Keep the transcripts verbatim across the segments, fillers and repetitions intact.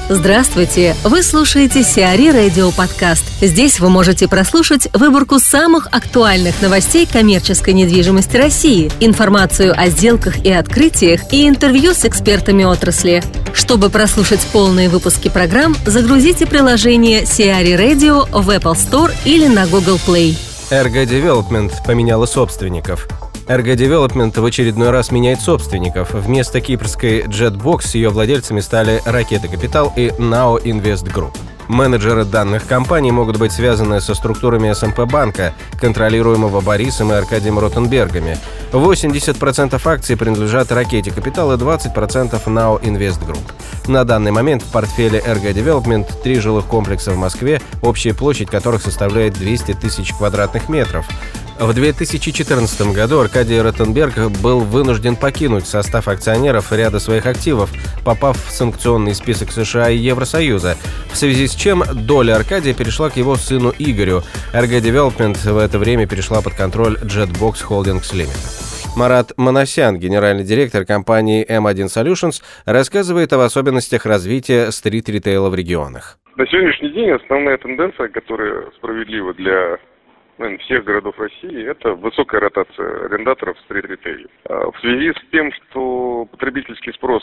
Здравствуйте! Вы слушаете Сиари Радио Подкаст. Здесь вы можете прослушать выборку самых актуальных новостей коммерческой недвижимости России, информацию о сделках и открытиях и интервью с экспертами отрасли. Чтобы прослушать полные выпуски программ, загрузите приложение Сиари Radio в Apple Store или на Google Play. эр джи Development поменяла собственников. эр джи Development в очередной раз меняет собственников. Вместо кипрской Jetbox ее владельцами стали Raketa Capital и Nao Invest Group. Менеджеры данных компаний могут быть связаны со структурами эс эм пэ банка, контролируемого Борисом и Аркадием Ротенбергами. восемьдесят процентов акций принадлежат Raketa Capital и двадцать процентов Nao Invest Group. На данный момент в портфеле эр джи Development три жилых комплекса в Москве, общая площадь которых составляет двести тысяч квадратных метров. В две тысячи четырнадцатом году Аркадий Ротенберг был вынужден покинуть состав акционеров ряда своих активов, попав в санкционный список США и Евросоюза, в связи с чем доля Аркадия перешла к его сыну Игорю. эр джи Development в это время перешла под контроль Jetbox Holdings Limited. Марат Манасян, генеральный директор компании эм один Solutions, рассказывает об особенностях развития стрит-ритейла в регионах. На сегодняшний день основная тенденция, которая справедлива для наверное, всех городов России, это высокая ротация арендаторов в стрит-ритейле. В связи с тем, что потребительский спрос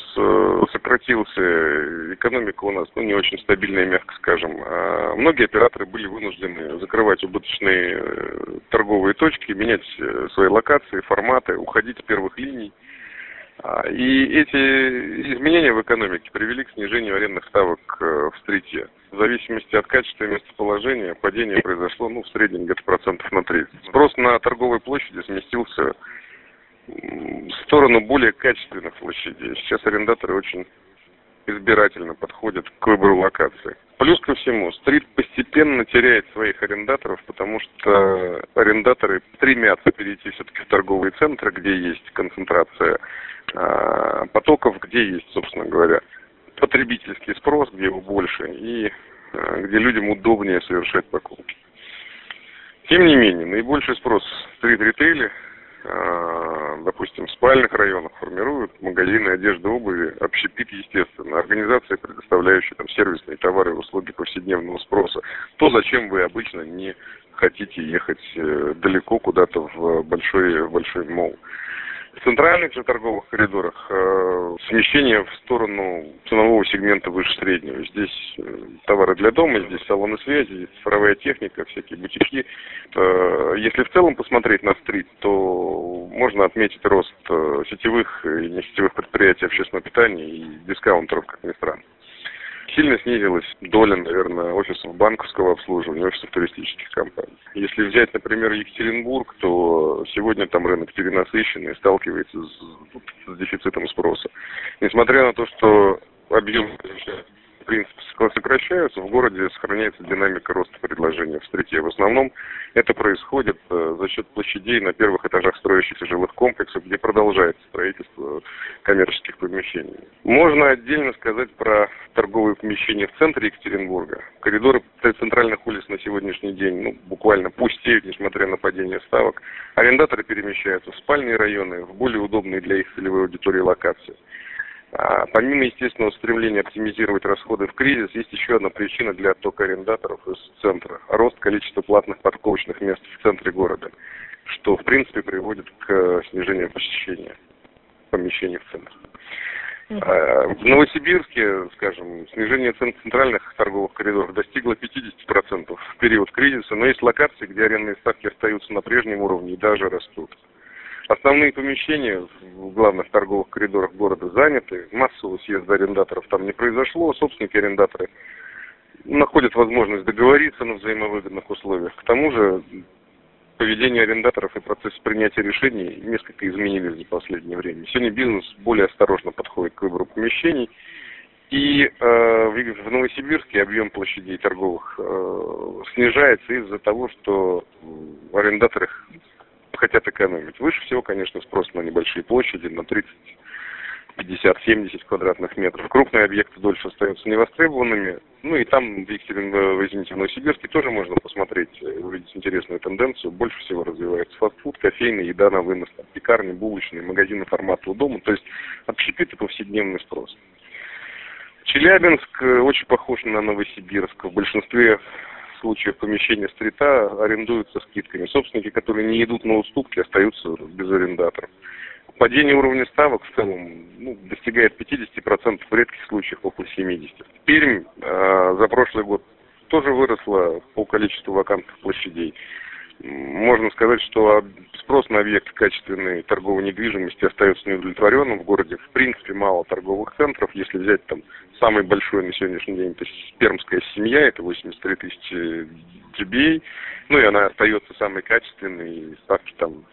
сократился, экономика у нас ну, не очень стабильная, мягко скажем, многие операторы были вынуждены закрывать убыточные торговые точки, менять свои локации, форматы, уходить с первых линий. И эти изменения в экономике привели к снижению арендных ставок в стрите. В зависимости от качества и местоположения падение произошло ну, в среднем где-то процентов на тридцать. Спрос на торговой площади сместился в сторону более качественных площадей. Сейчас арендаторы очень избирательно подходят к выбору локации. Плюс ко всему, стрит постепенно теряет своих арендаторов, потому что арендаторы стремятся перейти все-таки в торговые центры, где есть концентрация потоков, где есть, собственно говоря, потребительский спрос, где его больше и где людям удобнее совершать покупки. Тем не менее, наибольший спрос в стрит-ритейле, допустим, в спальных районах формируют магазины одежды, обуви, общепит, естественно, организации, предоставляющие там сервисные товары и услуги повседневного спроса. То, зачем вы обычно не хотите ехать далеко куда-то в большой, в большой молл. В центральных же торговых коридорах э, смещение в сторону ценового сегмента выше среднего. Здесь э, товары для дома, здесь салоны связи, здесь цифровая техника, всякие бутики. Э, если в целом посмотреть на стрит, то можно отметить рост э, сетевых и несетевых предприятий общественного питания и дискаунтеров, как ни странно. Сильно снизилась доля, наверное, офисов банковского обслуживания, офисов туристических компаний. Если взять, например, Екатеринбург, то сегодня там рынок перенасыщенный, сталкивается с, с дефицитом спроса. Несмотря на то, что объемы, в принципе, сокращаются, в городе сохраняется динамика роста предложения в стрите. В основном это происходит за счет площадей на первых этажах строящихся жилых комплексов, где продолжается строительство коммерческих помещений. Можно отдельно сказать про торговые помещения в центре Екатеринбурга. Коридоры центральных улиц на сегодняшний день ну, буквально пустеют, несмотря на падение ставок. Арендаторы перемещаются в спальные районы, в более удобные для их целевой аудитории локации. А помимо естественного стремления оптимизировать расходы в кризис, есть еще одна причина для оттока арендаторов из центра. Рост количества платных парковочных мест в центре города, что в принципе приводит к снижению посещения помещений в центре. В Новосибирске, скажем, снижение цен в центральных торговых коридорах достигло пятьдесят процентов в период кризиса, но есть локации, где арендные ставки остаются на прежнем уровне и даже растут. Основные помещения в главных торговых коридорах города заняты, массового съезда арендаторов там не произошло, собственники-арендаторы находят возможность договориться на взаимовыгодных условиях. К тому же поведение арендаторов и процесс принятия решений несколько изменились за последнее время. Сегодня бизнес более осторожно подходит к выбору помещений. И э, в Новосибирске объем площадей торговых э, снижается из-за того, что арендаторы хотят экономить. Выше всего, конечно, спрос на небольшие площади, на тридцать, пятьдесят, семьдесят квадратных метров. Крупные объекты дольше остаются невостребованными. Ну и там, в Екатеринбурге, извините, в Новосибирске тоже можно посмотреть, увидеть интересную тенденцию. Больше всего развивается фастфуд, кофейная, еда на вынос, пекарни, булочные, магазины формата у дома. То есть общепит и повседневный спрос. Челябинск очень похож на Новосибирск. В большинстве случаев помещения стрита арендуются скидками. Собственники, которые не идут на уступки, остаются без арендаторов. Падение уровня ставок в целом ну, достигает пятьдесят процентов, в редких случаях около семьдесят процентов. Пермь э, за прошлый год тоже выросла по количеству вакантных площадей. Можно сказать, что спрос на объекты качественной торговой недвижимости остается неудовлетворенным. В городе в принципе мало торговых центров. Если взять там самый большой на сегодняшний день, то есть Пермская семья, это восемьдесят три тысячи джи би эй, ну и она остается самой качественной, и ставки там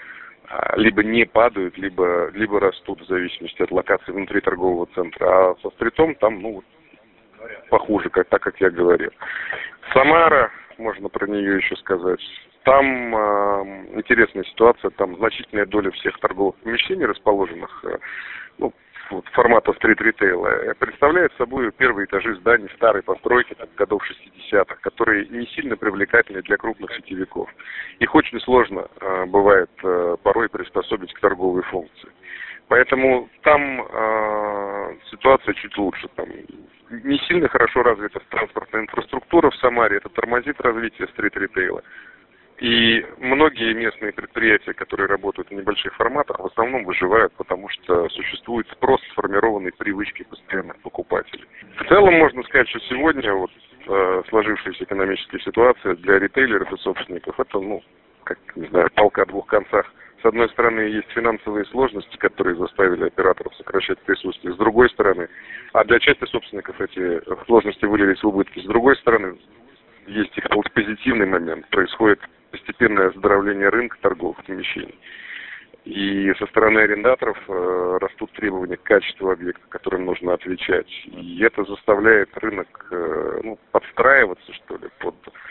либо не падают, либо, либо растут в зависимости от локации внутри торгового центра. А со стритом там, ну, похуже, как, так как я говорил. Самара, можно про нее еще сказать. Там э, интересная ситуация, там значительная доля всех торговых помещений, расположенных э, ну, формата стрит-ритейла, представляет собой первые этажи зданий старой постройки так, годов шестидесятых, которые не сильно привлекательны для крупных сетевиков. Их очень сложно э, бывает э, порой приспособить к торговой функции. Поэтому там э, ситуация чуть лучше. Там не сильно хорошо развита транспортная инфраструктура в Самаре, это тормозит развитие стрит-ритейла. И многие местные предприятия, которые работают в небольших форматах, в основном выживают, потому что существует спрос, сформированный привычкой постоянных покупателей. В целом можно сказать, что сегодня вот, э, сложившаяся экономическая ситуация для ритейлеров и собственников, это, ну, как, не знаю, палка о двух концах. С одной стороны, есть финансовые сложности, которые заставили операторов сокращать присутствие. С другой стороны, а для части собственников эти сложности вылились в убытки. С другой стороны, есть их позитивный момент. Происходит постепенное оздоровление рынка торговых помещений. И со стороны арендаторов э, растут требования к качеству объекта, которым нужно отвечать. И это заставляет рынок э, ну, подстраиваться, что ли, под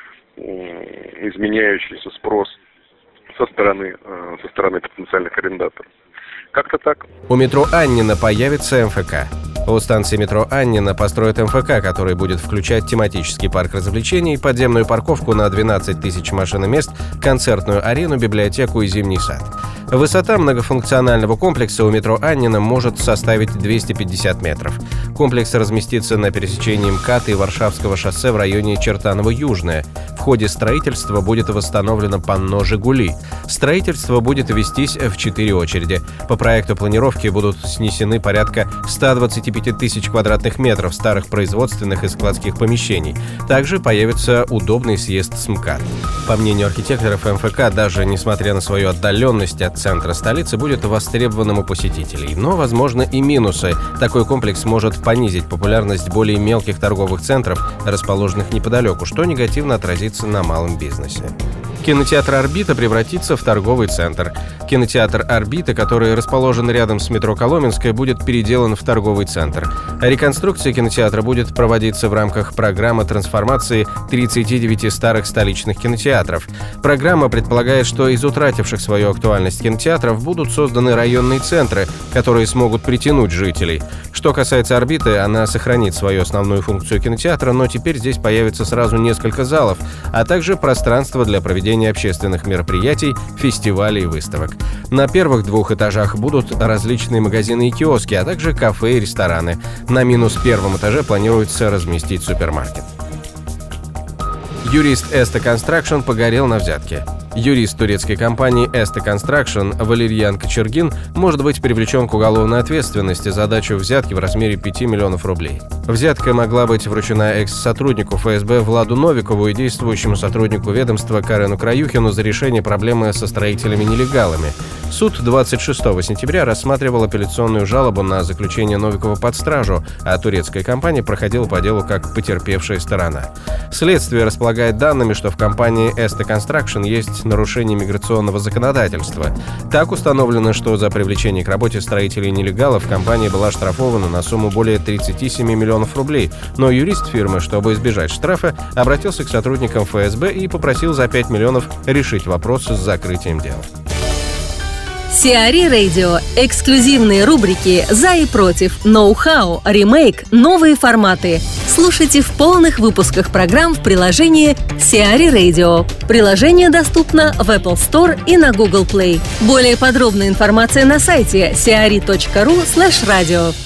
э, изменяющийся спрос со стороны, э, со стороны потенциальных арендаторов. Как-то так. У метро Аннина появится эм эф ка. У станции метро Аннина построят эм эф ка, который будет включать тематический парк развлечений, подземную парковку на двенадцать тысяч машин и мест, концертную арену, библиотеку и зимний сад. Высота многофункционального комплекса у метро Аннина может составить двести пятьдесят метров. Комплекс разместится на пересечении МКАД и Варшавского шоссе в районе Чертаново-Южное. В ходе строительства будет восстановлено панно «Жигули». Строительство будет вестись в четыре очереди. По проекту планировки будут снесены порядка ста двадцати пяти тысяч квадратных метров старых производственных и складских помещений. Также появится удобный съезд с МКАД. По мнению архитекторов, эм эф ка, даже несмотря на свою отдаленность от центра столицы, будет востребованным у посетителей. Но, возможно, и минусы. Такой комплекс может понизить популярность более мелких торговых центров, расположенных неподалеку, что негативно отразится на малом бизнесе. Кинотеатр «Орбита» превратится в торговый центр. Кинотеатр «Орбита», который расположен рядом с метро Коломенское, будет переделан в торговый центр. Реконструкция кинотеатра будет проводиться в рамках программы трансформации тридцати девяти старых столичных кинотеатров. Программа предполагает, что из утративших свою актуальность кинотеатров будут созданы районные центры, которые смогут притянуть жителей. Что касается «Орбиты», она сохранит свою основную функцию кинотеатра, но теперь здесь появится сразу несколько залов, а также пространство для проведения общественных мероприятий, фестивалей и выставок. На первых двух этажах будут различные магазины и киоски, а также кафе и рестораны. На минус первом этаже планируется разместить супермаркет. Юрист Эста Construction погорел на взятке. Юрист турецкой компании Эста Construction Валерьян Кочергин может быть привлечен к уголовной ответственности за дачу взятки в размере пяти миллионов рублей. Взятка могла быть вручена экс-сотруднику эф эс бэ Владу Новикову и действующему сотруднику ведомства Карену Краюхину за решение проблемы со строителями-нелегалами. Суд двадцать шестого сентября рассматривал апелляционную жалобу на заключение Новикова под стражу, а турецкая компания проходила по делу как потерпевшая сторона. Следствие располагает данными, что в компании Эста Construction есть нарушение миграционного законодательства. Так установлено, что за привлечение к работе строителей-нелегалов компания была оштрафована на сумму более тридцати семи миллионов рублей, но юрист фирмы, чтобы избежать штрафа, обратился к сотрудникам эф эс бэ и попросил за пять миллионов решить вопрос с закрытием дела. Сиари Radio. Эксклюзивные рубрики «За и против», «Ноу-хау», «Ремейк», «Новые форматы». Слушайте в полных выпусках программ в приложении Сиари Radio. Приложение доступно в Apple Store и на Google Play. Более подробная информация на сайте сиари точка ру слэш радио.